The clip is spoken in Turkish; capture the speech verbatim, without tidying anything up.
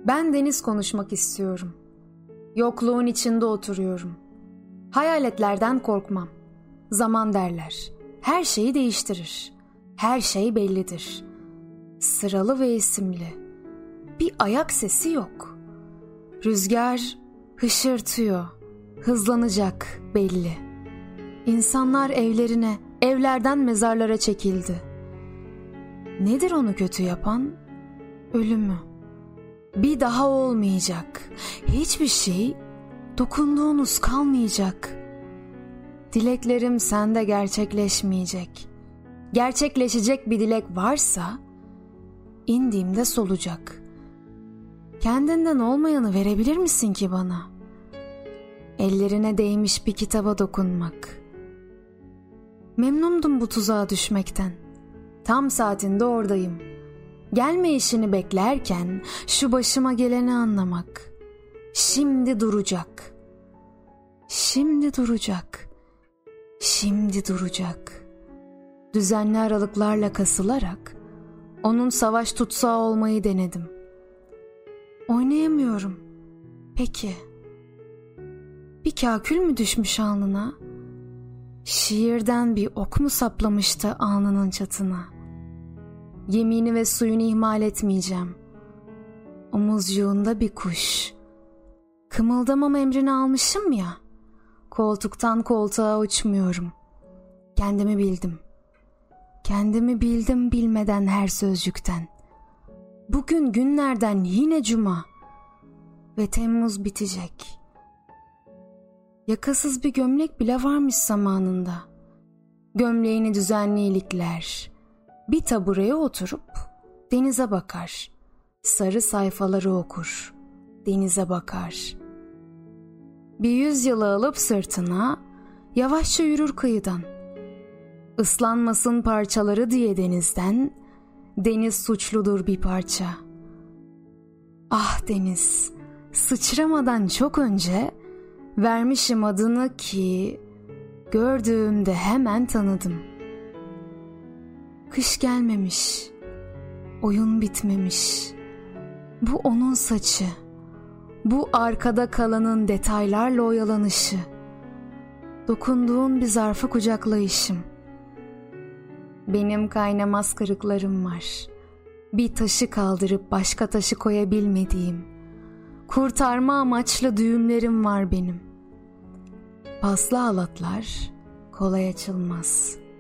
Ben deniz konuşmak istiyorum. Yokluğun içinde oturuyorum. Hayaletlerden korkmam. Zaman derler. Her şeyi değiştirir. Her şey bellidir. Sıralı ve isimli. Bir ayak sesi yok. Rüzgar hışırtıyor. Hızlanacak belli. İnsanlar evlerine, evlerden mezarlara çekildi. Nedir onu kötü yapan? Ölümü. Bir daha olmayacak. Hiçbir şey, dokunduğunuz kalmayacak. Dileklerim sende gerçekleşmeyecek. Gerçekleşecek bir dilek varsa, indiğimde solacak. Kendinden olmayanı verebilir misin ki bana? Ellerine değmiş bir kitaba dokunmak. Memnundum bu tuzağa düşmekten. Tam saatinde oradayım. Gelme işini beklerken şu başıma geleni anlamak. Şimdi duracak. Şimdi duracak. Şimdi duracak. Düzenli aralıklarla kasılarak onun savaş tutsağı olmayı denedim. Oynayamıyorum. Peki. Bir kakül mü düşmüş alnına? Şiirden bir ok mu saplamıştı alnının çatına? Yemini ve suyunu ihmal etmeyeceğim. Omuzcuğunda bir kuş. Kımıldamam emrini almışım ya. Koltuktan koltuğa uçmuyorum. Kendimi bildim. Kendimi bildim bilmeden her sözcükten. Bugün günlerden yine cuma. Ve Temmuz bitecek. Yakasız bir gömlek bile varmış zamanında. Gömleğini düzenli ilikler. Bir tabureye oturup denize bakar. Sarı sayfaları okur. Denize bakar. Bir yüzyılı alıp sırtına yavaşça yürür kıyıdan. Islanmasın parçaları diye denizden, deniz suçludur bir parça. Ah deniz, sıçramadan çok önce vermişim adını ki gördüğümde hemen tanıdım. Kış gelmemiş, oyun bitmemiş. Bu onun saçı, bu arkada kalanın detaylarla oyalanışı. Dokunduğun bir zarfı kucaklayışım. Benim kaynamaz kırıklarım var. Bir taşı kaldırıp başka taşı koyabilmediğim, kurtarma amaçlı düğümlerim var benim. Paslı halatlar kolay açılmaz.